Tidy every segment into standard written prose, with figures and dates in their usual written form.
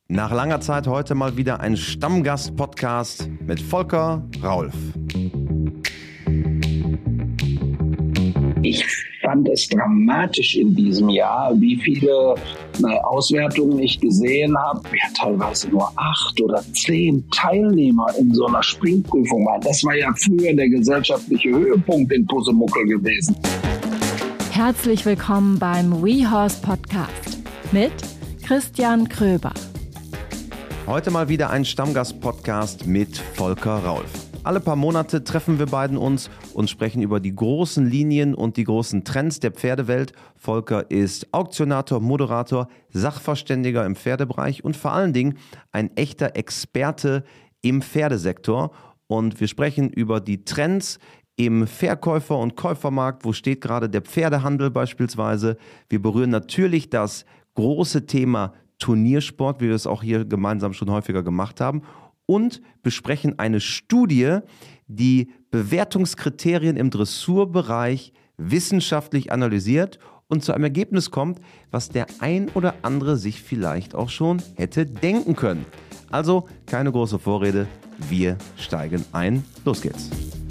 Nach langer Zeit heute mal wieder ein Stammgast-Podcast mit Volker Raulf. Ich fand es dramatisch in diesem Jahr, wie viele Auswertungen ich gesehen habe. Ja, teilweise nur 8 oder 10 Teilnehmer in so einer Springprüfung waren. Das war ja früher der gesellschaftliche Höhepunkt in Pusemuckel gewesen. Herzlich willkommen beim WeHorse Podcast mit Christian Kröber. Heute mal wieder ein Stammgast-Podcast mit Volker Raulf. Alle paar Monate treffen wir beiden uns und sprechen über die großen Linien und die großen Trends der Pferdewelt. Volker ist Auktionator, Moderator, Sachverständiger im Pferdebereich und vor allen Dingen ein echter Experte im Pferdesektor. Und wir sprechen über die Trends im Verkäufer- und Käufermarkt. Wo steht gerade der Pferdehandel beispielsweise? Wir berühren natürlich das große Thema Turniersport, wie wir es auch hier gemeinsam schon häufiger gemacht haben. Und besprechen eine Studie, die Bewertungskriterien im Dressurbereich wissenschaftlich analysiert und zu einem Ergebnis kommt, was der ein oder andere sich vielleicht auch schon hätte denken können. Also keine große Vorrede, wir steigen ein. Los geht's.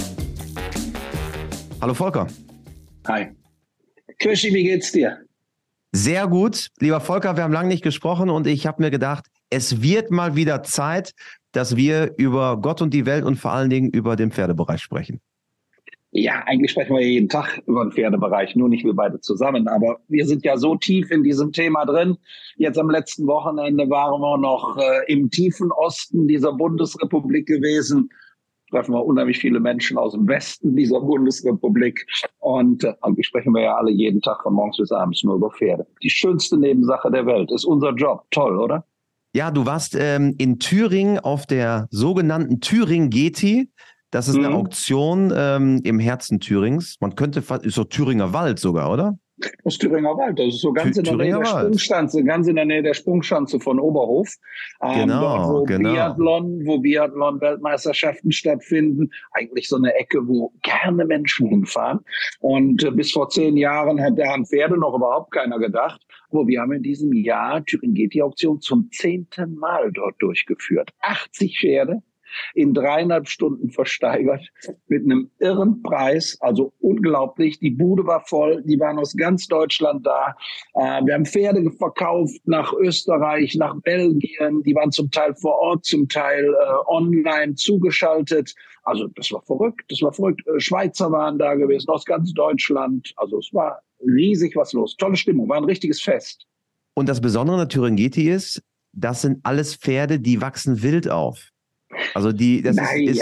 Hallo Volker. Hi. Krischi, wie geht's dir? Sehr gut. Lieber Volker, wir haben lange nicht gesprochen und ich habe mir gedacht, es wird mal wieder Zeit, dass wir über Gott und die Welt und vor allen Dingen über den Pferdebereich sprechen. Ja, eigentlich sprechen wir jeden Tag über den Pferdebereich, nur nicht wir beide zusammen. Aber wir sind ja so tief in diesem Thema drin. Jetzt am letzten Wochenende waren wir noch im tiefen Osten dieser Bundesrepublik gewesen. Treffen wir unheimlich viele Menschen aus dem Westen dieser Bundesrepublik. Und eigentlich sprechen wir ja alle jeden Tag von morgens bis abends nur über Pferde. Die schönste Nebensache der Welt ist unser Job. Toll, oder? Ja, du warst in Thüringen auf der sogenannten Thüringen-Geti. Das ist eine Auktion im Herzen Thürings. Man könnte fast, ist so Thüringer Wald sogar, oder? Das ist Thüringer Wald, das ist so ganz in der Nähe der Sprungschanze, ganz in der Nähe der Sprungschanze von Oberhof. Genau, dort, wo Biathlon-Weltmeisterschaften stattfinden. Eigentlich so eine Ecke, wo gerne Menschen hinfahren. Und bis vor 10 Jahren hat an Pferde noch überhaupt keiner gedacht. Aber wir haben in diesem Jahr Thüringen-Geti-Auktion zum 10. Mal dort durchgeführt. 80 Pferde. In 3,5 Stunden versteigert mit einem irren Preis, also unglaublich. Die Bude war voll, die waren aus ganz Deutschland da. Wir haben Pferde verkauft nach Österreich, nach Belgien. Die waren zum Teil vor Ort, zum Teil online zugeschaltet. Also das war verrückt, Schweizer waren da gewesen, aus ganz Deutschland. Also es war riesig was los. Tolle Stimmung, war ein richtiges Fest. Und das Besondere an der Thüringen-Geti ist, das sind alles Pferde, die wachsen wild auf. Also ist nicht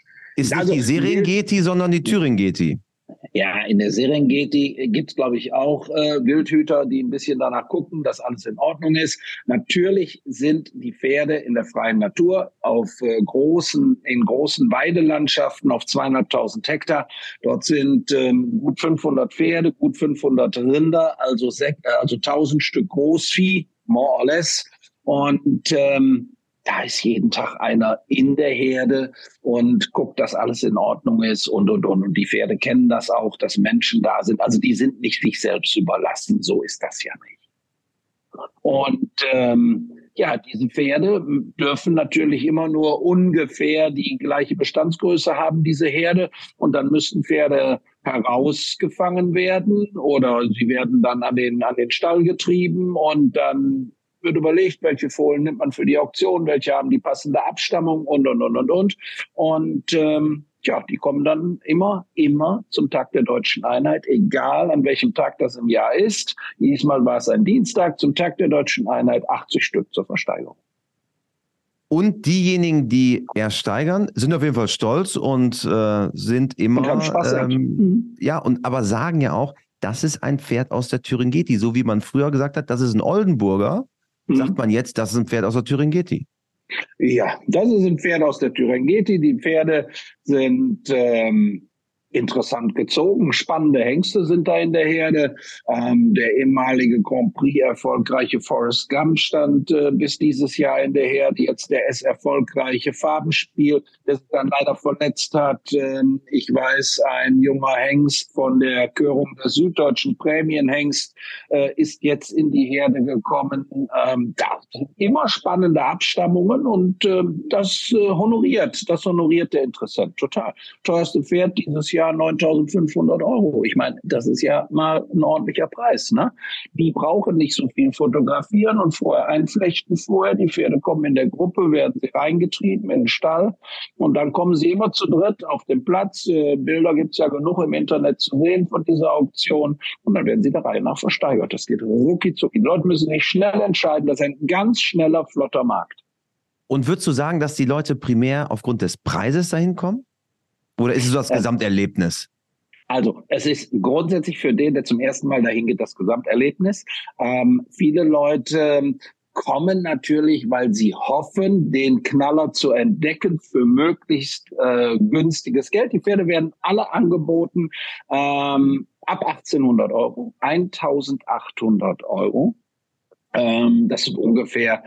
die Serengeti, sondern die Thüringen-Geti. Ja, in der Serengeti gibt es, glaube ich, auch Wildhüter, die ein bisschen danach gucken, dass alles in Ordnung ist. Natürlich sind die Pferde in der freien Natur in großen Weidelandschaften auf 2.500 Hektar. Dort sind gut 500 Pferde, gut 500 Rinder, also 1.000 Stück Großvieh, more or less. Und da ist jeden Tag einer in der Herde und guckt, dass alles in Ordnung ist und. Und die Pferde kennen das auch, dass Menschen da sind. Also die sind nicht sich selbst überlassen, so ist das ja nicht. Und diese Pferde dürfen natürlich immer nur ungefähr die gleiche Bestandsgröße haben, diese Herde. Und dann müssten Pferde herausgefangen werden oder sie werden dann an den Stall getrieben und dann wird überlegt, welche Fohlen nimmt man für die Auktion, welche haben die passende Abstammung und. Und die kommen dann immer zum Tag der Deutschen Einheit, egal an welchem Tag das im Jahr ist. Diesmal war es ein Dienstag, zum Tag der Deutschen Einheit 80 Stück zur Versteigerung. Und diejenigen, die ersteigern, sind auf jeden Fall stolz und sind immer und haben Spaß. Aber sagen ja auch, das ist ein Pferd aus der Thüringen-Geti. So wie man früher gesagt hat, das ist ein Oldenburger, sagt man jetzt, das ist ein Pferd aus der Thüringen-Geti. Ja, das ist ein Pferd aus der Thüringen-Geti. Die Pferde sind interessant gezogen. Spannende Hengste sind da in der Herde. Der ehemalige Grand Prix erfolgreiche Forrest Gump stand bis dieses Jahr in der Herde. Jetzt der erfolgreiche Farbenspiel, der sich dann leider verletzt hat. Ich weiß, ein junger Hengst von der Körung der Süddeutschen Prämienhengst ist jetzt in die Herde gekommen. Da sind immer spannende Abstammungen und das honoriert der Interessent total. Teuerste Pferd dieses Jahr 9.500 Euro. Ich meine, das ist ja mal ein ordentlicher Preis, ne? Die brauchen nicht so viel fotografieren und vorher einflechten. Die Pferde kommen in der Gruppe, werden sie reingetrieben in den Stall und dann kommen sie immer zu dritt auf den Platz. Bilder gibt es ja genug im Internet zu sehen von dieser Auktion und dann werden sie der Reihe nach versteigert. Das geht rucki zucki. Die Leute müssen nicht schnell entscheiden. Das ist ein ganz schneller, flotter Markt. Und würdest du sagen, dass die Leute primär aufgrund des Preises dahin kommen? Oder ist es so das Gesamterlebnis? Also, es ist grundsätzlich für den, der zum ersten Mal dahin geht, das Gesamterlebnis. Viele Leute kommen natürlich, weil sie hoffen, den Knaller zu entdecken für möglichst günstiges Geld. Die Pferde werden alle angeboten ab 1.800 Euro, 1.800 Euro. Das sind ungefähr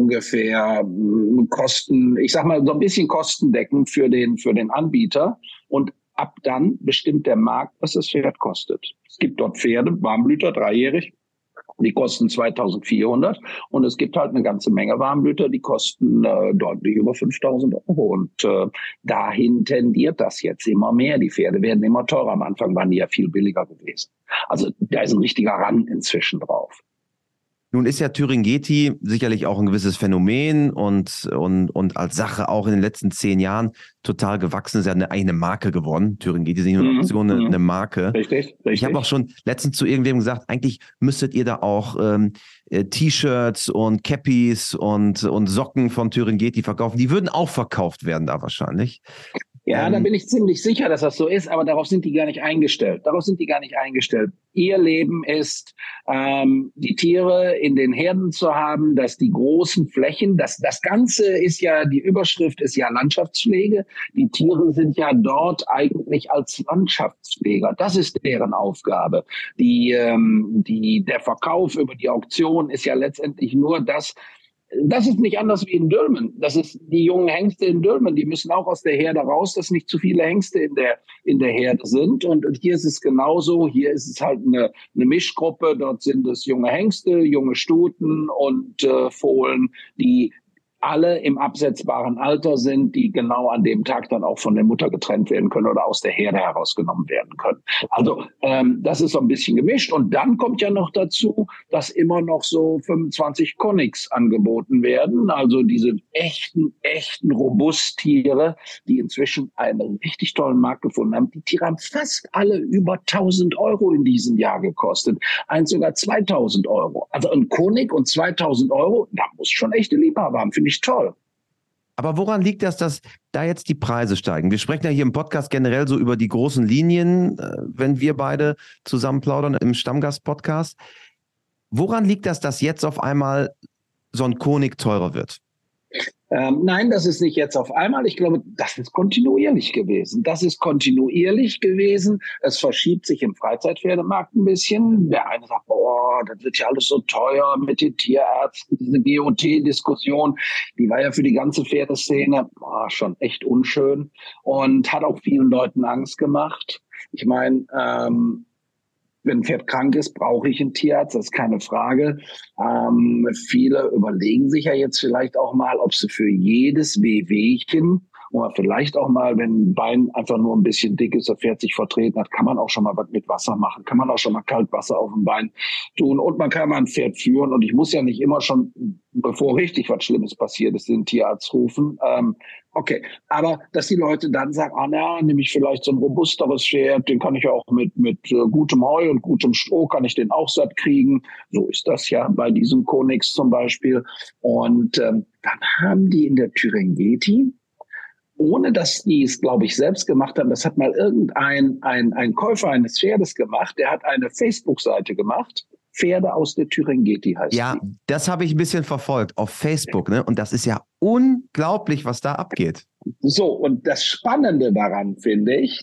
Kosten, ich sag mal so ein bisschen kostendeckend für den Anbieter. Und ab dann bestimmt der Markt, was das Pferd kostet. Es gibt dort Pferde, Warmblüter, dreijährig, die kosten 2.400 und es gibt halt eine ganze Menge Warmblüter, die kosten deutlich über 5.000 Euro und dahin tendiert das jetzt immer mehr. Die Pferde werden immer teurer. Am Anfang waren die ja viel billiger gewesen. Also da ist ein richtiger Run inzwischen drauf. Nun ist ja Thüringen-Geti sicherlich auch ein gewisses Phänomen und als Sache auch in den letzten 10 Jahren total gewachsen. Es ist ja eine eigene Marke geworden. Thüringen-Geti ist nicht nur eine Option, eine Marke. Richtig. Ich habe auch schon letztens zu irgendwem gesagt, eigentlich müsstet ihr da auch T-Shirts und Cappies und Socken von Thüringen-Geti verkaufen. Die würden auch verkauft werden da wahrscheinlich. Ja, da bin ich ziemlich sicher, dass das so ist, aber darauf sind die gar nicht eingestellt. Ihr Leben ist, die Tiere in den Herden zu haben, dass die großen Flächen, das Ganze ist ja, die Überschrift ist ja Landschaftspflege. Die Tiere sind ja dort eigentlich als Landschaftspfleger. Das ist deren Aufgabe. Der Verkauf über die Auktion ist ja letztendlich nur das. Das ist nicht anders wie in Dülmen. Das ist die jungen Hengste in Dülmen. Die müssen auch aus der Herde raus, dass nicht zu viele Hengste in der Herde sind. Und hier ist es genauso. Hier ist es halt eine Mischgruppe. Dort sind es junge Hengste, junge Stuten und Fohlen, die alle im absetzbaren Alter sind, die genau an dem Tag dann auch von der Mutter getrennt werden können oder aus der Herde herausgenommen werden können. Also das ist so ein bisschen gemischt. Und dann kommt ja noch dazu, dass immer noch so 25 Conics angeboten werden, also diese echten Robusttiere, die inzwischen einen richtig tollen Markt gefunden haben. Die Tiere haben fast alle über 1.000 Euro in diesem Jahr gekostet. Eins sogar 2.000 Euro. Also ein Conic und 2.000 Euro, da muss schon echte Liebhaber haben, finde ich toll. Aber woran liegt das, dass da jetzt die Preise steigen? Wir sprechen ja hier im Podcast generell so über die großen Linien, wenn wir beide zusammen plaudern im Stammgast-Podcast. Woran liegt das, dass jetzt auf einmal so ein Konig teurer wird? Nein, das ist nicht jetzt auf einmal. Ich glaube, das ist kontinuierlich gewesen. Es verschiebt sich im Freizeitpferdemarkt ein bisschen. Der eine sagt, boah, das wird ja alles so teuer mit den Tierärzten. Diese GOT-Diskussion, die war ja für die ganze Pferdeszene schon echt unschön und hat auch vielen Leuten Angst gemacht. Ich meine, wenn ein Pferd krank ist, brauche ich einen Tierarzt, das ist keine Frage. Viele überlegen sich ja jetzt vielleicht auch mal, ob sie für jedes Wehwehchen oder vielleicht auch mal, wenn ein Bein einfach nur ein bisschen dick ist, das Pferd sich vertreten hat, kann man auch schon mal was mit Wasser machen, kann man auch schon mal Kaltwasser auf dem Bein tun und man kann mal ein Pferd führen und ich muss ja nicht immer schon, bevor richtig was Schlimmes passiert ist, den Tierarzt rufen. Okay, aber dass die Leute dann sagen, nehme ich vielleicht so ein robusteres Pferd, den kann ich auch mit gutem Heu und gutem Stroh, kann ich den auch satt kriegen. So ist das ja bei diesem Conics zum Beispiel. Und dann haben die in der Thüringen-Geti, ohne dass die es, glaube ich, selbst gemacht haben, das hat mal ein Käufer eines Pferdes gemacht, der hat eine Facebook-Seite gemacht, Pferde aus der Thüringen-Geti heißt ja, die. Das habe ich ein bisschen verfolgt auf Facebook, ne? Und das ist ja unglaublich, was da abgeht. So, und das Spannende daran finde ich,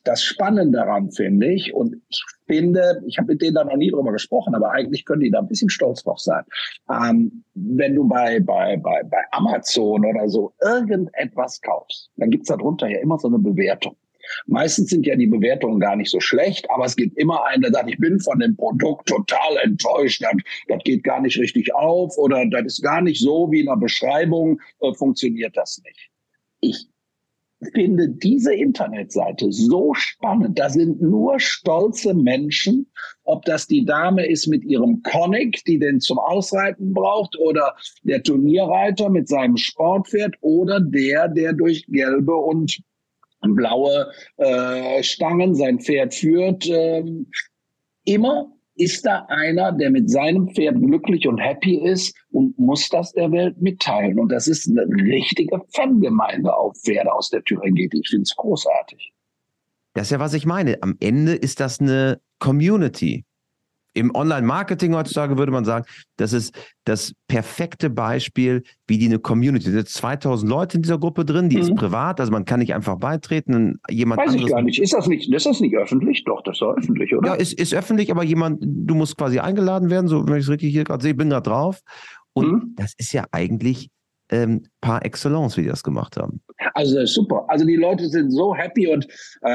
und ich finde, ich habe mit denen da noch nie drüber gesprochen, aber eigentlich können die da ein bisschen stolz drauf sein. Wenn du bei Amazon oder so irgendetwas kaufst, dann gibt's da drunter ja immer so eine Bewertung. Meistens sind ja die Bewertungen gar nicht so schlecht, aber es gibt immer einen, der sagt, ich bin von dem Produkt total enttäuscht, das geht gar nicht richtig auf oder das ist gar nicht so wie in der Beschreibung, funktioniert das nicht. Ich finde diese Internetseite so spannend. Da sind nur stolze Menschen, ob das die Dame ist mit ihrem Conic, die den zum Ausreiten braucht, oder der Turnierreiter mit seinem Sportpferd oder der durch gelbe und blaue Stangen sein Pferd führt. Immer ist da einer, der mit seinem Pferd glücklich und happy ist und muss das der Welt mitteilen. Und das ist eine richtige Fangemeinde auf Pferde aus der Thüringen-GT. Ich finde es großartig. Das ist ja, was ich meine. Am Ende ist das eine Community. Im Online-Marketing heutzutage würde man sagen, das ist das perfekte Beispiel, wie die eine Community. Es sind 2000 Leute in dieser Gruppe drin, die ist privat, also man kann nicht einfach beitreten. Weiß ich gar nicht. Ist das nicht öffentlich? Doch, das ist doch öffentlich, oder? Ja, ist öffentlich, aber du musst quasi eingeladen werden, so wenn ich es richtig hier gerade sehe, ich bin gerade drauf. Und das ist ja eigentlich par excellence, wie die das gemacht haben. Also das ist super. Also die Leute sind so happy und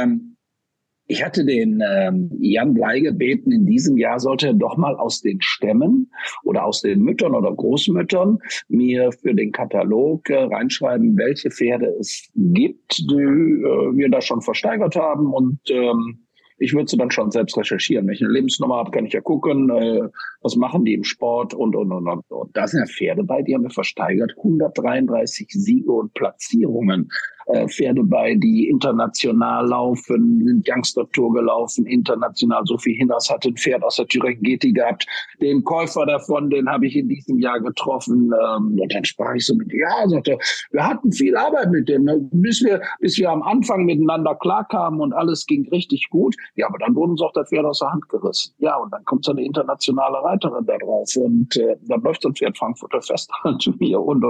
ich hatte den Jan Blei gebeten, in diesem Jahr sollte er doch mal aus den Stämmen oder aus den Müttern oder Großmüttern mir für den Katalog reinschreiben, welche Pferde es gibt, die wir da schon versteigert haben. Und ich würde sie dann schon selbst recherchieren. Wenn ich eine Lebensnummer habe, kann ich ja gucken, was machen die im Sport und. Da sind ja Pferde bei, die haben wir versteigert. 133 Siege und Platzierungen. Pferde bei, die international laufen, sind Youngster-Tour gelaufen, international. Sophie Hinners hat ein Pferd aus der Thüringen-GT gehabt. Den Käufer davon, den habe ich in diesem Jahr getroffen. Und dann sprach ich so mit, sagte, wir hatten viel Arbeit mit dem, ne? bis wir am Anfang miteinander klarkamen und alles ging richtig gut. Ja, aber dann wurden uns auch das Pferd aus der Hand gerissen. Ja, und dann kommt so eine internationale Reiterin da drauf und dann läuft so ein Pferd Frankfurter Festturnier und.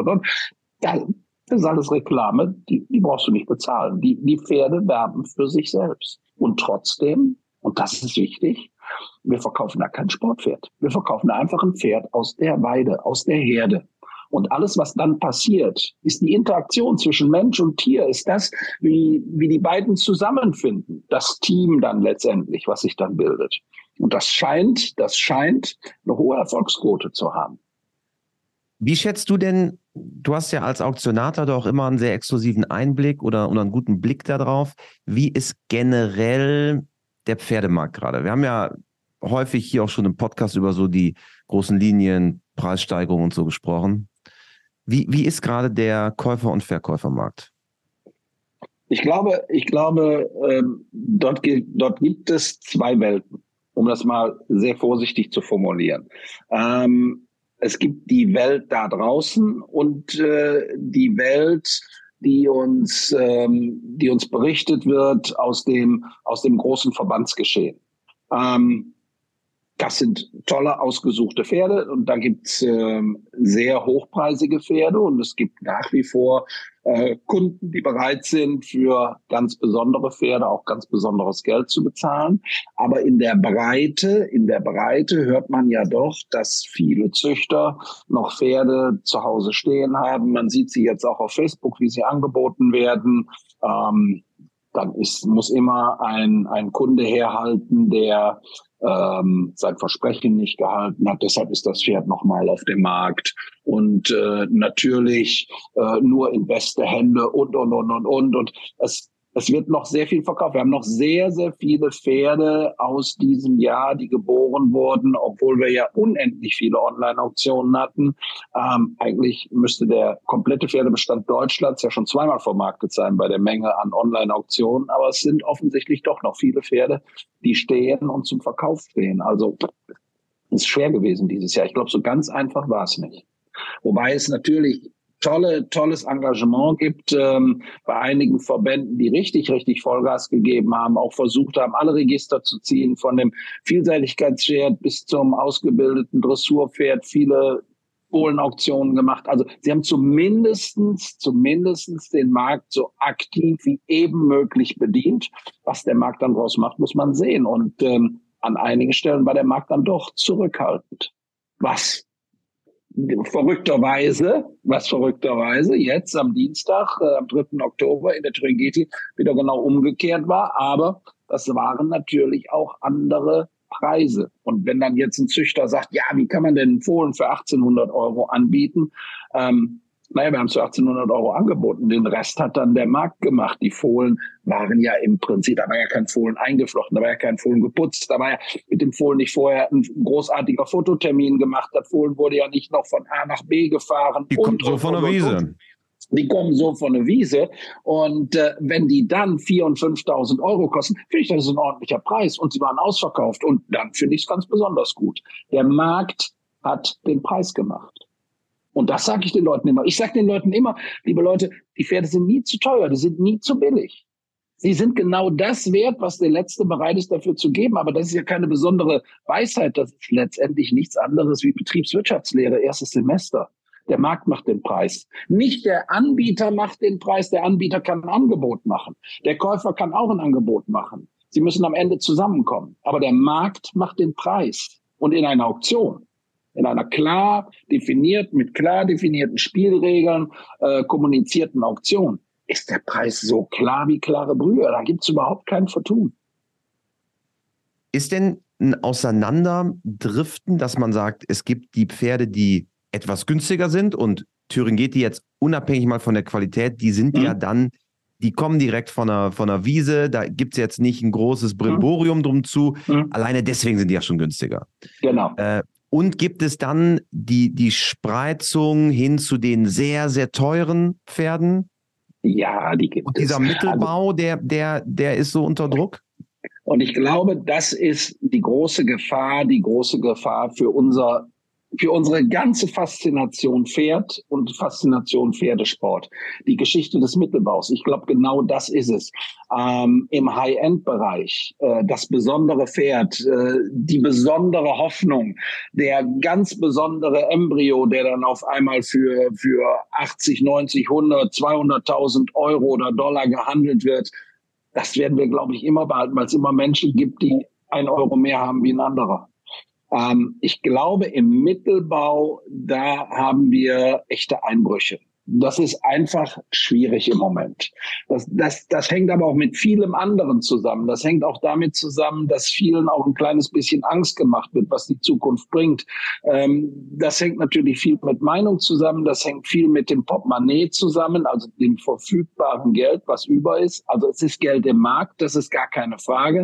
Das ist alles Reklame, die brauchst du nicht bezahlen. Die Pferde werben für sich selbst. Und trotzdem, und das ist wichtig, wir verkaufen da kein Sportpferd. Wir verkaufen da einfach ein Pferd aus der Weide, aus der Herde. Und alles, was dann passiert, ist die Interaktion zwischen Mensch und Tier, ist das, wie die beiden zusammenfinden. Das Team dann letztendlich, was sich dann bildet. Und das scheint eine hohe Erfolgsquote zu haben. Wie schätzt du denn, du hast ja als Auktionator doch immer einen sehr exklusiven Einblick oder einen guten Blick darauf, wie ist generell der Pferdemarkt gerade? Wir haben ja häufig hier auch schon im Podcast über so die großen Linien, Preissteigerungen und so gesprochen. Wie ist gerade der Käufer- und Verkäufermarkt? Ich glaube, dort gibt es zwei Welten, um das mal sehr vorsichtig zu formulieren. Es gibt die Welt da draußen und die Welt, die uns berichtet wird aus dem großen Verbandsgeschehen. Das sind tolle, ausgesuchte Pferde und da gibt's sehr hochpreisige Pferde und es gibt nach wie vor Kunden, die bereit sind, für ganz besondere Pferde auch ganz besonderes Geld zu bezahlen. Aber in der Breite hört man ja doch, dass viele Züchter noch Pferde zu Hause stehen haben. Man sieht sie jetzt auch auf Facebook, wie sie angeboten werden. Dann muss immer ein Kunde herhalten, der sein Versprechen nicht gehalten hat. Deshalb ist das Pferd nochmal auf dem Markt. Und natürlich nur in beste Hände und. Und es wird noch sehr viel verkauft. Wir haben noch sehr, sehr viele Pferde aus diesem Jahr, die geboren wurden, obwohl wir ja unendlich viele Online-Auktionen hatten. Eigentlich müsste der komplette Pferdebestand Deutschlands ja schon zweimal vermarktet sein bei der Menge an Online-Auktionen. Aber es sind offensichtlich doch noch viele Pferde, die stehen und zum Verkauf stehen. Also es ist schwer gewesen dieses Jahr. Ich glaube, so ganz einfach war es nicht. Wobei es natürlich tolles Engagement gibt bei einigen Verbänden, die richtig Vollgas gegeben haben, auch versucht haben, alle Register zu ziehen, von dem Vielseitigkeitspferd bis zum ausgebildeten Dressurpferd. Viele Fohlenauktionen gemacht. Also sie haben zumindestens den Markt so aktiv wie eben möglich bedient. Was der Markt dann draus macht, muss man sehen. Und an einigen Stellen war der Markt dann doch zurückhaltend. Was verrückterweise jetzt am Dienstag, am 3. Oktober in der Thüringeti wieder genau umgekehrt war. Aber das waren natürlich auch andere Preise. Und wenn dann jetzt ein Züchter sagt, ja, wie kann man denn einen Fohlen für 1.800 € anbieten? Wir haben es für 1.800 € angeboten. Den Rest hat dann der Markt gemacht. Die Fohlen waren ja im Prinzip, da war ja kein Fohlen eingeflochten, da war ja kein Fohlen geputzt, da war ja mit dem Fohlen nicht vorher ein großartiger Fototermin gemacht. Das Fohlen wurde ja nicht noch von A nach B gefahren. Die kommt so von der Wiese. Die kommen so von der Wiese und wenn die dann 4.000 und 5.000 € kosten, finde ich, das ist ein ordentlicher Preis und sie waren ausverkauft und dann finde ich es ganz besonders gut. Der Markt hat den Preis gemacht. Und das sage ich den Leuten immer. Ich sage den Leuten immer, liebe Leute, die Pferde sind nie zu teuer, die sind nie zu billig. Sie sind genau das wert, was der Letzte bereit ist, dafür zu geben. Aber das ist ja keine besondere Weisheit. Das ist letztendlich nichts anderes wie Betriebswirtschaftslehre, erstes Semester. Der Markt macht den Preis. Nicht der Anbieter macht den Preis. Der Anbieter kann ein Angebot machen. Der Käufer kann auch ein Angebot machen. Sie müssen am Ende zusammenkommen. Aber der Markt macht den Preis. Und in einer Auktion, in einer mit klar definierten Spielregeln kommunizierten Auktion, ist der Preis so klar wie klare Brühe. Da gibt es überhaupt kein Vertun. Ist denn ein Auseinanderdriften, dass man sagt, es gibt die Pferde, die etwas günstiger sind und Thüringeti jetzt unabhängig mal von der Qualität, die sind ja dann, die kommen direkt von einer Wiese, da gibt es jetzt nicht ein großes Brimborium drum zu, alleine deswegen sind die ja schon günstiger. Genau. Und gibt es dann die Spreizung hin zu den sehr, sehr teuren Pferden? Ja, die gibt es. Und dieser Mittelbau, der ist so unter Druck? Und ich glaube, das ist die große Gefahr für unsere ganze Faszination Pferd und Faszination Pferdesport. Die Geschichte des Mittelbaus. Ich glaube, genau das ist es. Im High-End-Bereich, das besondere Pferd, die besondere Hoffnung, der ganz besondere Embryo, der dann auf einmal für 80, 90, 100, 200.000 € oder Dollar gehandelt wird. Das werden wir, glaube ich, immer behalten, weil es immer Menschen gibt, die 1 € mehr haben wie ein anderer. Ich glaube, im Mittelbau, da haben wir echte Einbrüche. Das ist einfach schwierig im Moment. Das hängt aber auch mit vielem anderen zusammen. Das hängt auch damit zusammen, dass vielen auch ein kleines bisschen Angst gemacht wird, was die Zukunft bringt. Das hängt natürlich viel mit Meinung zusammen. Das hängt viel mit dem Portemonnaie zusammen, also dem verfügbaren Geld, was über ist. Also es ist Geld im Markt, das ist gar keine Frage.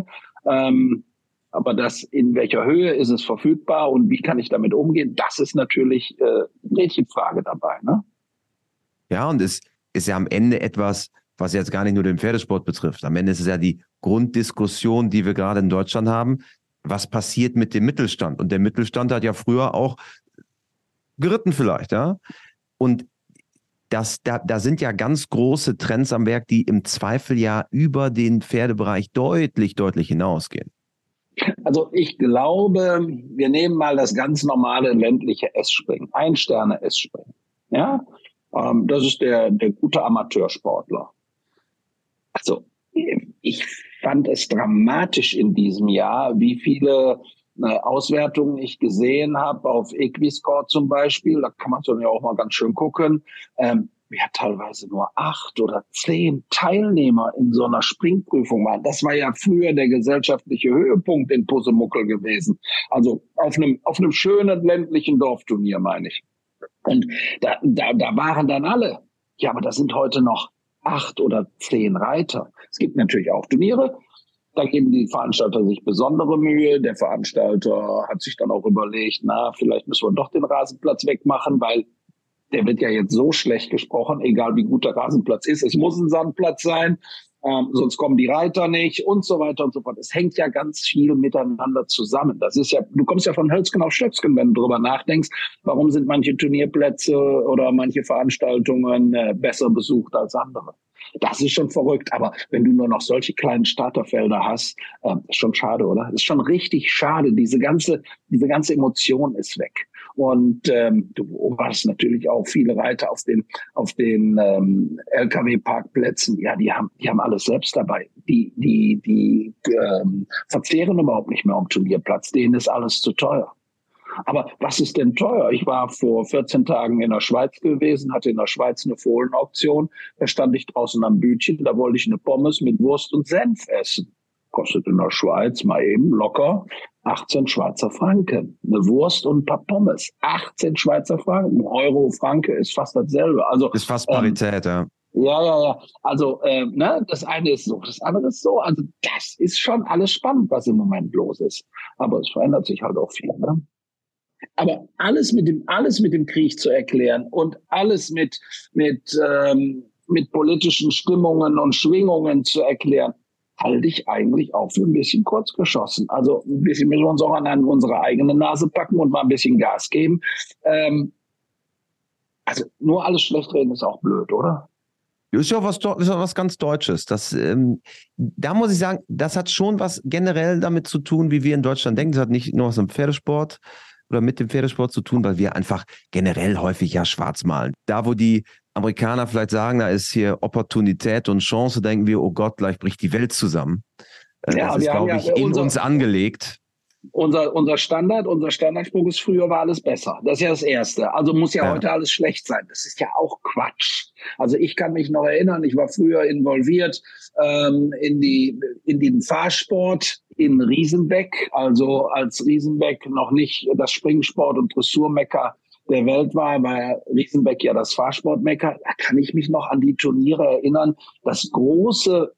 Aber in welcher Höhe ist es verfügbar und wie kann ich damit umgehen, das ist natürlich eine Gretchenfrage dabei, ne? Ja, und es ist ja am Ende etwas, was jetzt gar nicht nur den Pferdesport betrifft. Am Ende ist es ja die Grunddiskussion, die wir gerade in Deutschland haben. Was passiert mit dem Mittelstand? Und der Mittelstand hat ja früher auch geritten vielleicht, ja? Und da sind ja ganz große Trends am Werk, die im Zweifel ja über den Pferdebereich deutlich hinausgehen. Also ich glaube, wir nehmen mal das ganz normale ländliche S-Springen, Ein-Sterne-S-Springen. Ja, das ist der gute Amateursportler. Also ich fand es dramatisch in diesem Jahr, wie viele Auswertungen ich gesehen habe auf Equiscore zum Beispiel. Da kann man dann ja auch mal ganz schön gucken. Wir hatten teilweise nur 8 oder 10 Teilnehmer in so einer Springprüfung waren. Das war ja früher der gesellschaftliche Höhepunkt in Pusemuckel gewesen. Also auf einem schönen ländlichen Dorfturnier, meine ich. Und da waren dann alle. Ja, aber da sind heute noch 8 oder 10 Reiter. Es gibt natürlich auch Turniere. Da geben die Veranstalter sich besondere Mühe. Der Veranstalter hat sich dann auch überlegt, vielleicht müssen wir doch den Rasenplatz wegmachen, weil der wird ja jetzt so schlecht gesprochen, egal wie gut der Rasenplatz ist. Es muss ein Sandplatz sein, sonst kommen die Reiter nicht und so weiter und so fort. Es hängt ja ganz viel miteinander zusammen. Das ist ja, du kommst ja von Hölzgen auf Stöcksken, wenn du drüber nachdenkst, warum sind manche Turnierplätze oder manche Veranstaltungen besser besucht als andere. Das ist schon verrückt, aber wenn du nur noch solche kleinen Starterfelder hast, ist schon schade, oder? Ist schon richtig schade. Diese ganze Emotion ist weg. Und du beobachtest natürlich auch viele Reiter auf den LKW-Parkplätzen. Ja, die haben alles selbst dabei. Die verzehren überhaupt nicht mehr am Turnierplatz. Denen ist alles zu teuer. Aber was ist denn teuer? Ich war vor 14 Tagen in der Schweiz gewesen, hatte in der Schweiz eine Fohlenauktion. Da stand ich draußen am Bütchen, da wollte ich eine Pommes mit Wurst und Senf essen. Kostet in der Schweiz mal eben locker 18 Schweizer Franken. Eine Wurst und ein paar Pommes. 18 Schweizer Franken. Euro, Franke ist fast dasselbe. Also, ist fast Parität, ja. Ja. Also, das eine ist so, das andere ist so. Also, das ist schon alles spannend, was im Moment los ist. Aber es verändert sich halt auch viel, ne? Aber alles mit dem Krieg zu erklären und alles mit politischen Stimmungen und Schwingungen zu erklären, halte ich eigentlich auch für ein bisschen kurz geschossen. Also ein bisschen müssen wir uns auch an unsere eigene Nase packen und mal ein bisschen Gas geben. Also nur alles schlecht reden ist auch blöd, oder? Ist ja was ganz Deutsches. Da muss ich sagen, das hat schon was generell damit zu tun, wie wir in Deutschland denken. Das hat nicht nur was im Pferdesport oder mit dem Pferdesport zu tun, weil wir einfach generell häufig ja schwarz malen. Da, wo die Amerikaner vielleicht sagen, da ist hier Opportunität und Chance, denken wir, oh Gott, gleich bricht die Welt zusammen. Ja, das ist, glaube ich, in uns angelegt. Unser Standardspruch ist, früher war alles besser. Das ist ja das Erste. Also muss ja heute alles schlecht sein. Das ist ja auch Quatsch. Also ich kann mich noch erinnern, ich war früher involviert in den Fahrsport in Riesenbeck. Also als Riesenbeck noch nicht das Springsport- und Dressurmekka der Welt war Riesenbeck ja das Fahrsportmekka. Da kann ich mich noch an die Turniere erinnern. Das große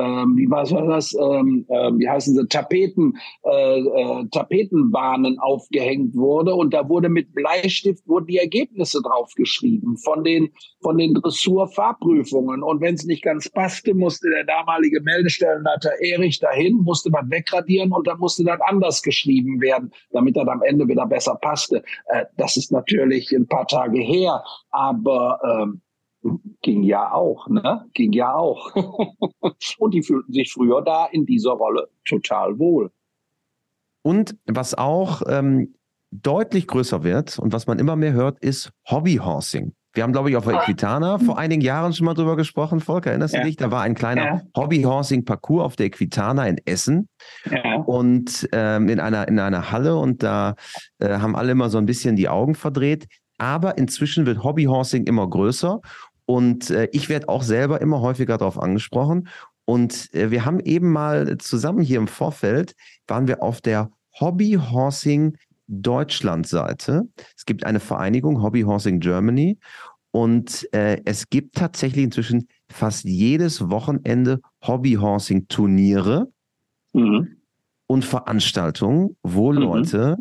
wie heißen sie, Tapetenbahnen aufgehängt wurde und da wurde mit Bleistift die Ergebnisse draufgeschrieben von den Dressurfahrprüfungen und wenn es nicht ganz passte, musste der damalige Meldestellenleiter Erich dahin, musste was wegradieren und dann musste das anders geschrieben werden, damit das am Ende wieder besser passte. Das ist natürlich ein paar Tage her, aber ging ja auch, ne? Ging ja auch. Und die fühlten sich früher da in dieser Rolle total wohl. Und was auch deutlich größer wird und was man immer mehr hört, ist Hobbyhorsing. Wir haben, glaube ich, auf der Equitana vor einigen Jahren schon mal drüber gesprochen. Volker, erinnerst du dich? Da war ein kleiner Hobbyhorsing-Parcours auf der Equitana in Essen und in einer Halle und da haben alle immer so ein bisschen die Augen verdreht. Aber inzwischen wird Hobbyhorsing immer größer und ich werde auch selber immer häufiger darauf angesprochen. Und wir haben eben mal zusammen hier im Vorfeld, waren wir auf der Hobbyhorsing Deutschland-Seite. Es gibt eine Vereinigung, Hobbyhorsing Germany. Und es gibt tatsächlich inzwischen fast jedes Wochenende Hobbyhorsing-Turniere und Veranstaltungen, wo Leute,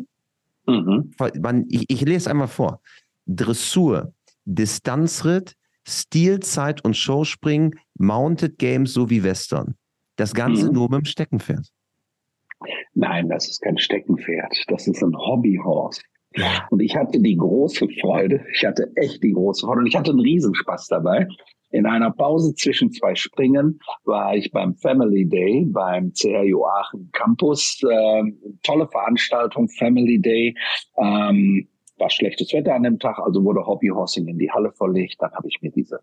ich lese einmal vor, Dressur, Distanzritt, Stilzeit und Showspringen, Mounted Games sowie Western. Das Ganze nur mit dem Steckenpferd. Nein, das ist kein Steckenpferd. Das ist ein Hobbyhorse. Ja. Und ich hatte die große Freude, und ich hatte einen Riesenspaß dabei. In einer Pause zwischen zwei Springen war ich beim Family Day beim CRU Aachen Campus. Tolle Veranstaltung, Family Day. War schlechtes Wetter an dem Tag, also wurde Hobbyhorsing in die Halle verlegt. Dann habe ich mir diese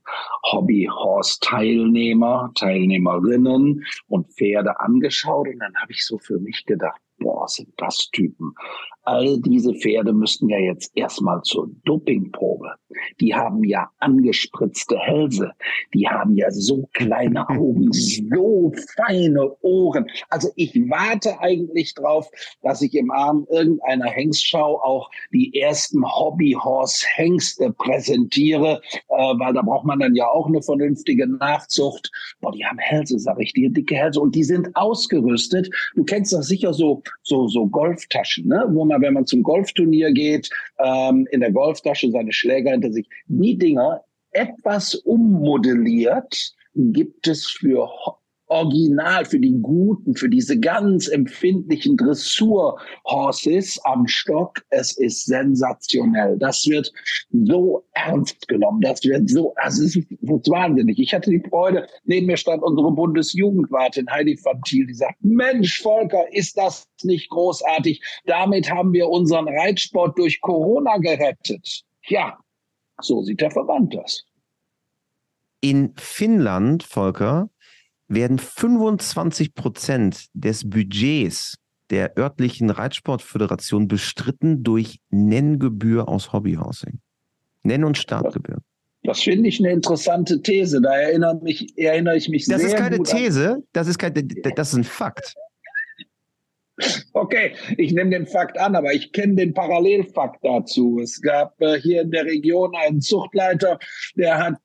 Teilnehmerinnen und Pferde angeschaut und dann habe ich so für mich gedacht, boah, sind das Typen. All diese Pferde müssten ja jetzt erstmal zur Dopingprobe. Die haben ja angespritzte Hälse. Die haben ja so kleine Augen, so feine Ohren. Also ich warte eigentlich drauf, dass ich im Rahmen irgendeiner Hengstschau auch die ersten Hobbyhorse-Hengste präsentiere, weil da braucht man dann ja auch eine vernünftige Nachzucht. Boah, die haben Hälse, sag ich dir, dicke Hälse und die sind ausgerüstet. Du kennst doch sicher so Golftaschen, ne? Wo man, wenn man zum Golfturnier geht, in der Golftasche seine Schläger hinter sich. Die Dinger etwas ummodelliert gibt es für Original, für die Guten, für diese ganz empfindlichen Dressur-Horses am Stock. Es ist sensationell. Das wird so ernst genommen. Das wird so, also es ist wahnsinnig. Ich hatte die Freude, neben mir stand unsere Bundesjugendwartin Heidi Fantil, die sagt, Mensch, Volker, ist das nicht großartig? Damit haben wir unseren Reitsport durch Corona gerettet. Ja, so sieht der Verband das. In Finnland, Volker, werden 25% des Budgets der örtlichen Reitsportföderation bestritten durch Nenngebühr aus Hobbyhorsing. Nenn- und Startgebühr. Das finde ich eine interessante These. Da erinnere ich mich sehr gut. Das ist keine These, das ist ein Fakt. Okay, ich nehme den Fakt an, aber ich kenne den Parallelfakt dazu. Es gab hier in der Region einen Zuchtleiter, der hat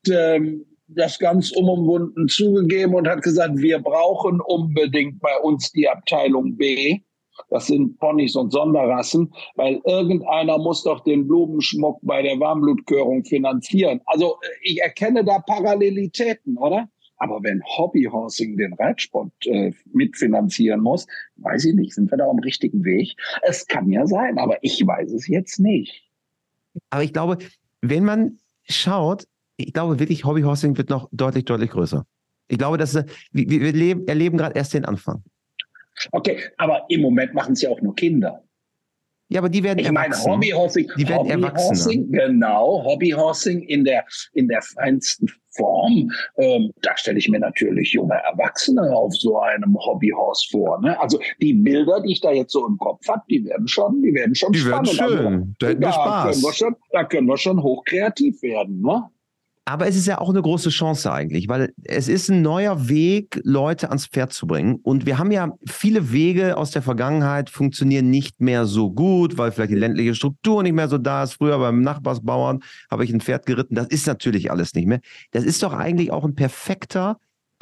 das ganz unumwunden zugegeben und hat gesagt, wir brauchen unbedingt bei uns die Abteilung B. Das sind Ponys und Sonderrassen, weil irgendeiner muss doch den Blumenschmuck bei der Warmblutkörung finanzieren. Also ich erkenne da Parallelitäten, oder? Aber wenn Hobbyhorsing den Reitsport mitfinanzieren muss, weiß ich nicht, sind wir da am richtigen Weg? Es kann ja sein, aber ich weiß es jetzt nicht. Aber ich glaube, wenn man schaut, ich glaube wirklich, Hobbyhorsing wird noch deutlich, deutlich größer. Ich glaube, dass wir erleben gerade erst den Anfang. Okay, aber im Moment machen es ja auch nur Kinder. Ja, aber die werden erwachsen. Hobbyhorsing, die werden Hobbyhorsing, genau, Hobbyhorsing in der feinsten Form. Da stelle ich mir natürlich junge Erwachsene auf so einem Hobbyhorse vor. Ne? Also die Bilder, die ich da jetzt so im Kopf habe, die werden schon spannend. Werden schön. Da hätten wir Spaß. Da können wir schon hochkreativ werden, ne? Aber es ist ja auch eine große Chance eigentlich, weil es ist ein neuer Weg, Leute ans Pferd zu bringen. Und wir haben ja viele Wege aus der Vergangenheit, funktionieren nicht mehr so gut, weil vielleicht die ländliche Struktur nicht mehr so da ist. Früher beim Nachbarsbauern habe ich ein Pferd geritten. Das ist natürlich alles nicht mehr. Das ist doch eigentlich auch ein perfekter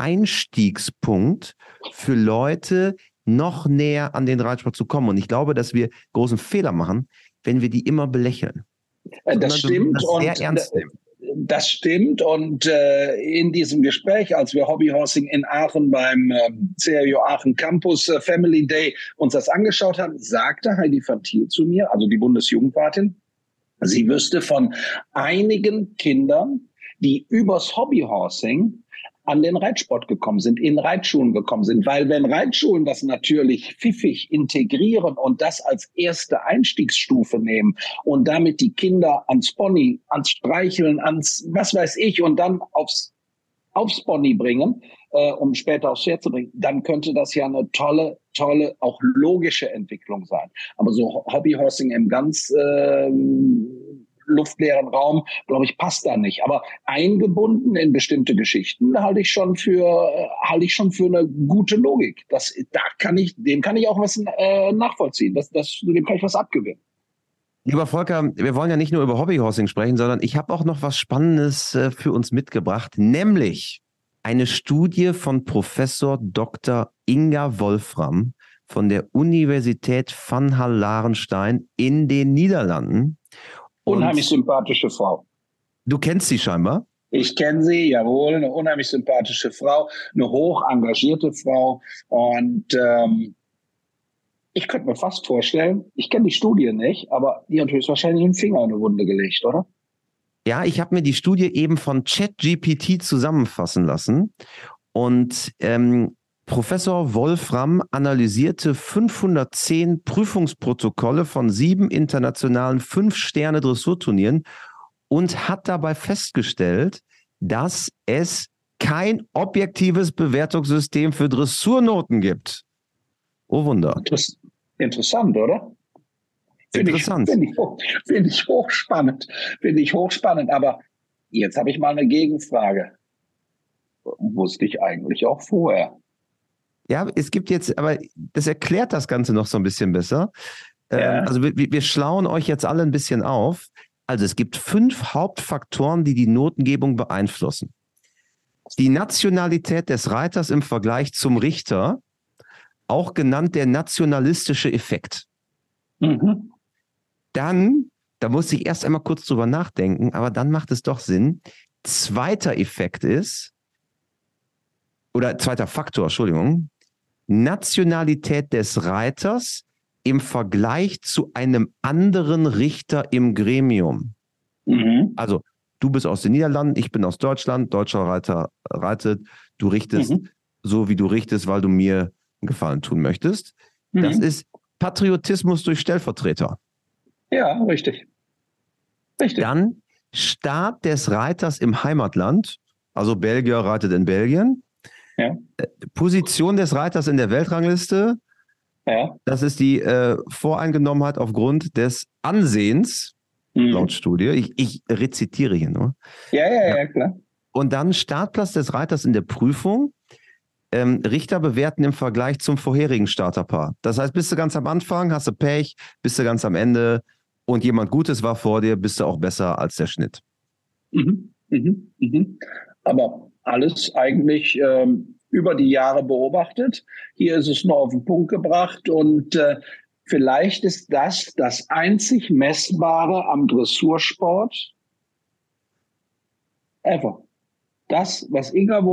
Einstiegspunkt für Leute, noch näher an den Reitsport zu kommen. Und ich glaube, dass wir großen Fehler machen, wenn wir die immer belächeln. Das stimmt. Das sehr ernst nehmen. Das stimmt und in diesem Gespräch, als wir Hobbyhorsing in Aachen beim CRJ Aachen Campus Family Day uns das angeschaut haben, sagte Heidi Fantil zu mir, also die Bundesjugendwartin, sie wüsste von einigen Kindern, die übers Hobbyhorsing an den Reitsport gekommen sind, in Reitschulen gekommen sind. Weil wenn Reitschulen das natürlich pfiffig integrieren und das als erste Einstiegsstufe nehmen und damit die Kinder ans Pony, ans Streicheln, ans was weiß ich und dann aufs Pony bringen, um später aufs Pferd zu bringen, dann könnte das ja eine tolle, auch logische Entwicklung sein. Aber so Hobbyhorsing im ganz luftleeren Raum, glaube ich, passt da nicht. Aber eingebunden in bestimmte Geschichten halte ich schon für eine gute Logik. Dem kann ich auch was nachvollziehen. Dem kann ich was abgewinnen. Lieber Volker, wir wollen ja nicht nur über Hobbyhorsing sprechen, sondern ich habe auch noch was Spannendes für uns mitgebracht, nämlich eine Studie von Professor Dr. Inga Wolfram von der Universität Van Hal-Larenstein in den Niederlanden. Unheimlich sympathische Frau. Du kennst sie scheinbar? Ich kenne sie, jawohl, eine unheimlich sympathische Frau, eine hoch engagierte Frau. Und ich könnte mir fast vorstellen, ich kenne die Studie nicht, aber die hat höchstwahrscheinlich einen Finger in eine Wunde gelegt, oder? Ja, ich habe mir die Studie eben von ChatGPT zusammenfassen lassen. Und Professor Wolfram analysierte 510 Prüfungsprotokolle von 7 internationalen 5-Sterne-Dressurturnieren und hat dabei festgestellt, dass es kein objektives Bewertungssystem für Dressurnoten gibt. Oh Wunder. Interessant, oder? Finde ich hochspannend. Aber jetzt habe ich mal eine Gegenfrage. Wusste ich eigentlich auch vorher. Ja, es gibt jetzt, aber das erklärt das Ganze noch so ein bisschen besser. Ja. Also wir schlauen euch jetzt alle ein bisschen auf. Also es gibt 5 Hauptfaktoren, die die Notengebung beeinflussen. Die Nationalität des Reiters im Vergleich zum Richter, auch genannt der nationalistische Effekt. Mhm. Dann, da musste ich erst einmal kurz drüber nachdenken, aber dann macht es doch Sinn. Zweiter Effekt ist oder zweiter Faktor, Entschuldigung, Nationalität des Reiters im Vergleich zu einem anderen Richter im Gremium. Mhm. Also, du bist aus den Niederlanden, ich bin aus Deutschland, deutscher Reiter reitet, du richtest so, wie du richtest, weil du mir einen Gefallen tun möchtest. Das ist Patriotismus durch Stellvertreter. Ja, richtig. Richtig. Dann Start des Reiters im Heimatland, also Belgier reitet in Belgien. Ja. Position des Reiters in der Weltrangliste, Ja. das ist die Voreingenommenheit aufgrund des Ansehens, laut Studie. Ich rezitiere hier nur. Ja, klar. Und dann Startplatz des Reiters in der Prüfung. Richter bewerten im Vergleich zum vorherigen Starterpaar. Das heißt, bist du ganz am Anfang, hast du Pech, bist du ganz am Ende und jemand Gutes war vor dir, bist du auch besser als der Schnitt. Aber alles eigentlich über die Jahre beobachtet. Hier ist es nur auf den Punkt gebracht und vielleicht ist das einzig Messbare am Dressursport ever. Das, was Inga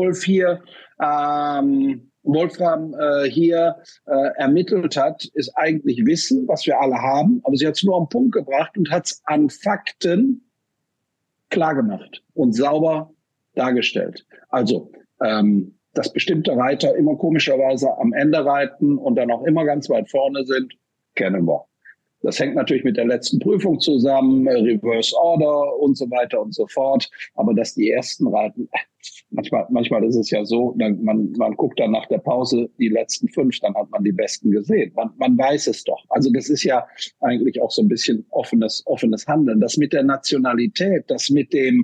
Wolfram hier ermittelt hat, ist eigentlich Wissen, was wir alle haben, aber sie hat es nur auf den Punkt gebracht und hat es an Fakten klar gemacht und sauber dargestellt. Also, dass bestimmte Reiter immer komischerweise am Ende reiten und dann auch immer ganz weit vorne sind, kennen wir. Das hängt natürlich mit der letzten Prüfung zusammen, Reverse Order und so weiter und so fort. Aber dass die ersten reiten, manchmal ist es ja so, man guckt dann nach der Pause die letzten 5, dann hat man die Besten gesehen. Man weiß es doch. Also das ist ja eigentlich auch so ein bisschen offenes Handeln. Das mit der Nationalität, das mit dem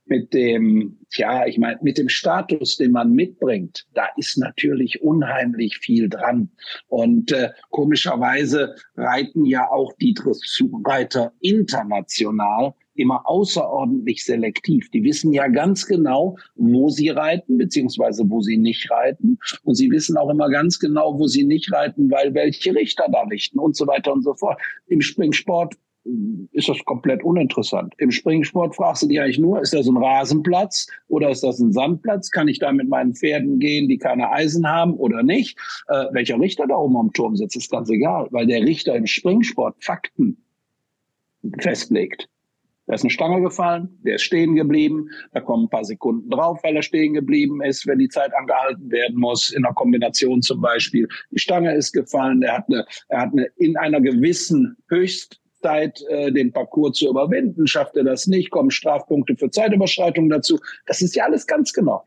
Status, den man mitbringt, da ist natürlich unheimlich viel dran. Und komischerweise reiten ja auch die Dressurreiter international immer außerordentlich selektiv. Die wissen ja ganz genau, wo sie reiten, beziehungsweise wo sie nicht reiten. Und sie wissen auch immer ganz genau, wo sie nicht reiten, weil welche Richter da richten und so weiter und so fort. Im Springsport ist das komplett uninteressant. Im Springsport fragst du dich eigentlich nur, ist das ein Rasenplatz oder ist das ein Sandplatz? Kann ich da mit meinen Pferden gehen, die keine Eisen haben oder nicht? Welcher Richter da oben am Turm sitzt, ist ganz egal, weil der Richter im Springsport Fakten festlegt. Da ist eine Stange gefallen, der ist stehen geblieben, da kommen ein paar Sekunden drauf, weil er stehen geblieben ist, wenn die Zeit angehalten werden muss, in einer Kombination zum Beispiel. Die Stange ist gefallen, er hat eine in einer gewissen Höchstzeit den Parcours zu überwinden, schafft er das nicht, kommen Strafpunkte für Zeitüberschreitung dazu. Das ist ja alles ganz genau.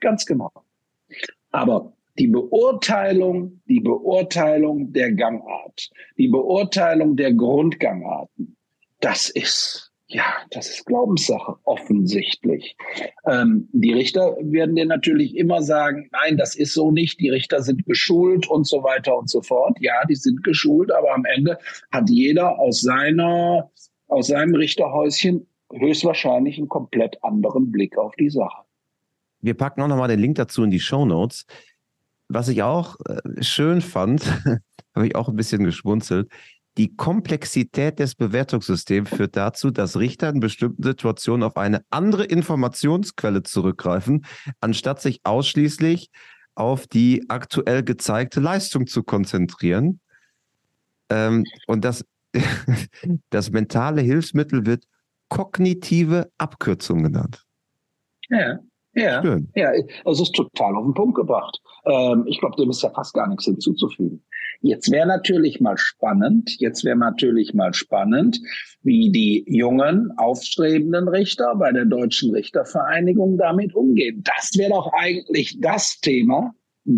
Aber die Beurteilung der Gangart, die Beurteilung der Grundgangarten, das ist Glaubenssache, offensichtlich. Die Richter werden dir natürlich immer sagen, nein, das ist so nicht, die Richter sind geschult und so weiter und so fort. Ja, die sind geschult, aber am Ende hat jeder aus seinem Richterhäuschen höchstwahrscheinlich einen komplett anderen Blick auf die Sache. Wir packen auch nochmal den Link dazu in die Shownotes. Was ich auch schön fand, habe ich auch ein bisschen geschmunzelt, die Komplexität des Bewertungssystems führt dazu, dass Richter in bestimmten Situationen auf eine andere Informationsquelle zurückgreifen, anstatt sich ausschließlich auf die aktuell gezeigte Leistung zu konzentrieren. Und das mentale Hilfsmittel wird kognitive Abkürzung genannt. Ja, es ist total auf den Punkt gebracht. Ich glaube, dem ist ja fast gar nichts hinzuzufügen. Jetzt wäre natürlich mal spannend, wie die jungen, aufstrebenden Richter bei der Deutschen Richtervereinigung damit umgehen. Das wäre doch eigentlich das Thema,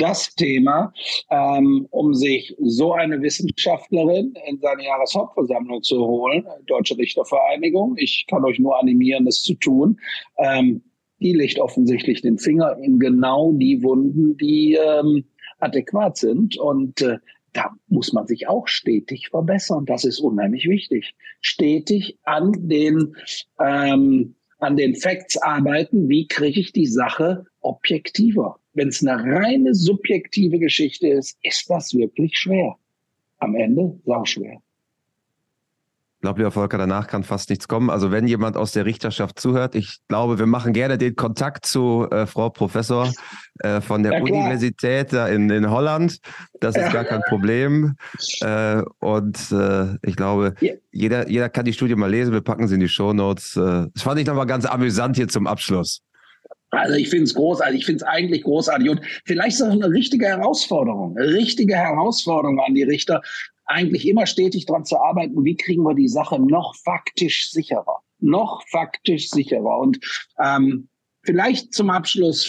um sich so eine Wissenschaftlerin in seine Jahreshauptversammlung zu holen, Deutsche Richtervereinigung. Ich kann euch nur animieren, das zu tun. Die legt offensichtlich den Finger in genau die Wunden, die adäquat sind. Und da muss man sich auch stetig verbessern. Das ist unheimlich wichtig. Stetig an den Facts arbeiten. Wie kriege ich die Sache objektiver? Wenn es eine reine subjektive Geschichte ist das wirklich schwer. Am Ende sauschwer. Ich glaube, lieber Volker, danach kann fast nichts kommen. Also wenn jemand aus der Richterschaft zuhört, ich glaube, wir machen gerne den Kontakt zu Frau Professor von der Universität da in Holland. Das ist gar kein Problem. Ich glaube, jeder kann die Studie mal lesen. Wir packen sie in die Shownotes. Das fand ich nochmal ganz amüsant hier zum Abschluss. Also ich finde es großartig, ich finde es eigentlich großartig und vielleicht ist auch eine richtige Herausforderung an die Richter, eigentlich immer stetig daran zu arbeiten, wie kriegen wir die Sache noch faktisch sicherer und vielleicht zum Abschluss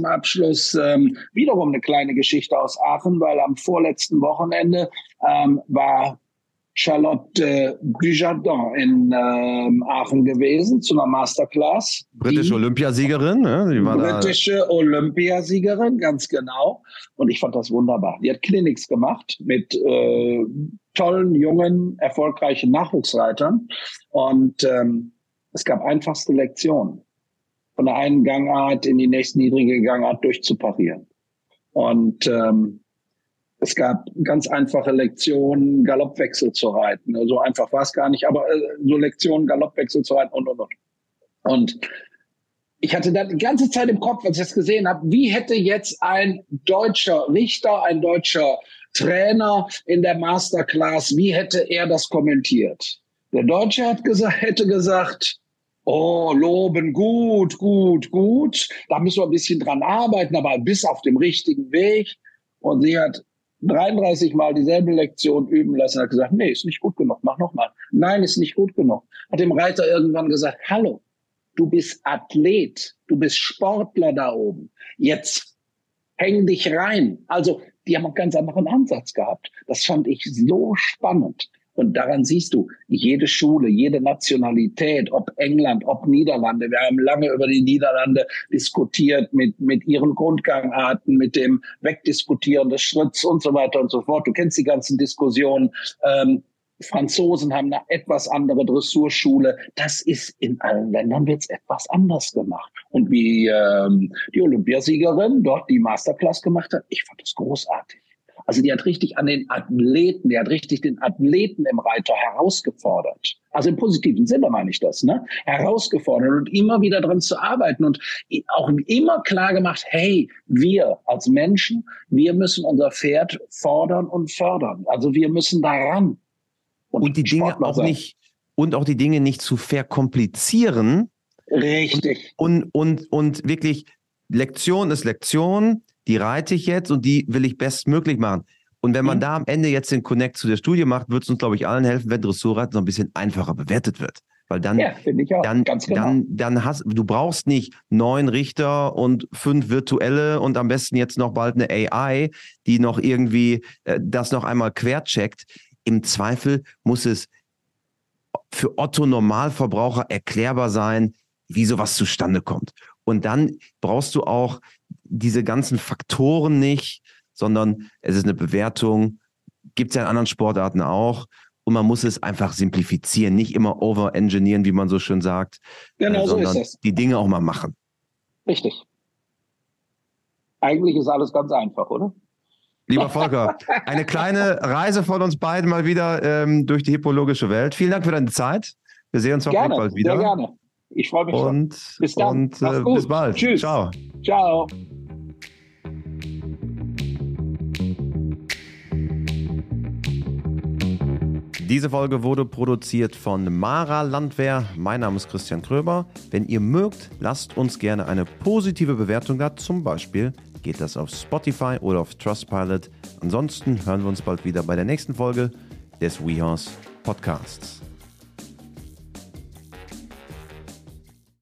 wiederum eine kleine Geschichte aus Aachen, weil am vorletzten Wochenende war Charlotte Dujardin in Aachen gewesen zu einer Masterclass. Britische Olympiasiegerin, ne? Die war britische Olympiasiegerin, ganz genau. Und ich fand das wunderbar. Die hat Clinics gemacht mit tollen, jungen, erfolgreichen Nachwuchsreitern. Und es gab einfachste Lektionen. Von der einen Gangart in die nächste niedrige Gangart durchzuparieren. Und es gab ganz einfache Lektionen, Galoppwechsel zu reiten. So einfach war es gar nicht, aber so Lektionen, Galoppwechsel zu reiten und. Und ich hatte da die ganze Zeit im Kopf, als ich das gesehen habe, wie hätte jetzt ein deutscher Richter, ein deutscher Trainer in der Masterclass, wie hätte er das kommentiert? Der Deutsche hätte gesagt, oh, loben, gut. Da müssen wir ein bisschen dran arbeiten, aber bis auf dem richtigen Weg. Und sie hat 33 Mal dieselbe Lektion üben lassen, hat gesagt, nee, ist nicht gut genug, mach nochmal. Nein, ist nicht gut genug. Hat dem Reiter irgendwann gesagt, hallo, du bist Athlet, du bist Sportler da oben. Jetzt häng dich rein. Also, die haben einen ganz anderen Ansatz gehabt. Das fand ich so spannend. Und daran siehst du, jede Schule, jede Nationalität, ob England, ob Niederlande. Wir haben lange über die Niederlande diskutiert mit ihren Grundgangarten, mit dem Wegdiskutieren des Schritts und so weiter und so fort. Du kennst die ganzen Diskussionen. Franzosen haben eine etwas andere Dressurschule. Das ist in allen Ländern wird's etwas anders gemacht. Und wie die Olympiasiegerin dort die Masterclass gemacht hat, ich fand das großartig. Also die hat richtig den Athleten im Reiter herausgefordert. Also im positiven Sinne meine ich das, ne? Herausgefordert und immer wieder dran zu arbeiten und auch immer klar gemacht, hey, wir als Menschen, wir müssen unser Pferd fordern und fördern. Also wir müssen daran. Und die Dinge auch die Dinge nicht zu verkomplizieren. Richtig. Und wirklich, Lektion ist Lektion, die reite ich jetzt und die will ich bestmöglich machen. Und wenn man da am Ende jetzt den Connect zu der Studie macht, wird es uns, glaube ich, allen helfen, wenn Dressurreiten so ein bisschen einfacher bewertet wird. Weil dann, finde ich auch. Ganz genau. Du brauchst nicht 9 Richter und 5 virtuelle und am besten jetzt noch bald eine AI, die noch irgendwie das noch einmal quercheckt. Im Zweifel muss es für Otto Normalverbraucher erklärbar sein, wie sowas zustande kommt. Und dann brauchst du auch diese ganzen Faktoren nicht, sondern es ist eine Bewertung, gibt es ja in anderen Sportarten auch. Und man muss es einfach simplifizieren, nicht immer overengineeren, wie man so schön sagt. Genau so sondern ist es. Die Dinge auch mal machen. Richtig. Eigentlich ist alles ganz einfach, oder? Lieber Volker, eine kleine Reise von uns beiden mal wieder durch die hippologische Welt. Vielen Dank für deine Zeit. Wir sehen uns hoffentlich bald wieder. Sehr gerne. Ich freue mich schon. Bis dann. Und bis bald. Tschüss. Ciao. Ciao. Diese Folge wurde produziert von Mara Landwehr. Mein Name ist Christian Kröber. Wenn ihr mögt, lasst uns gerne eine positive Bewertung da. Zum Beispiel geht das auf Spotify oder auf Trustpilot. Ansonsten hören wir uns bald wieder bei der nächsten Folge des WeHorse Podcasts.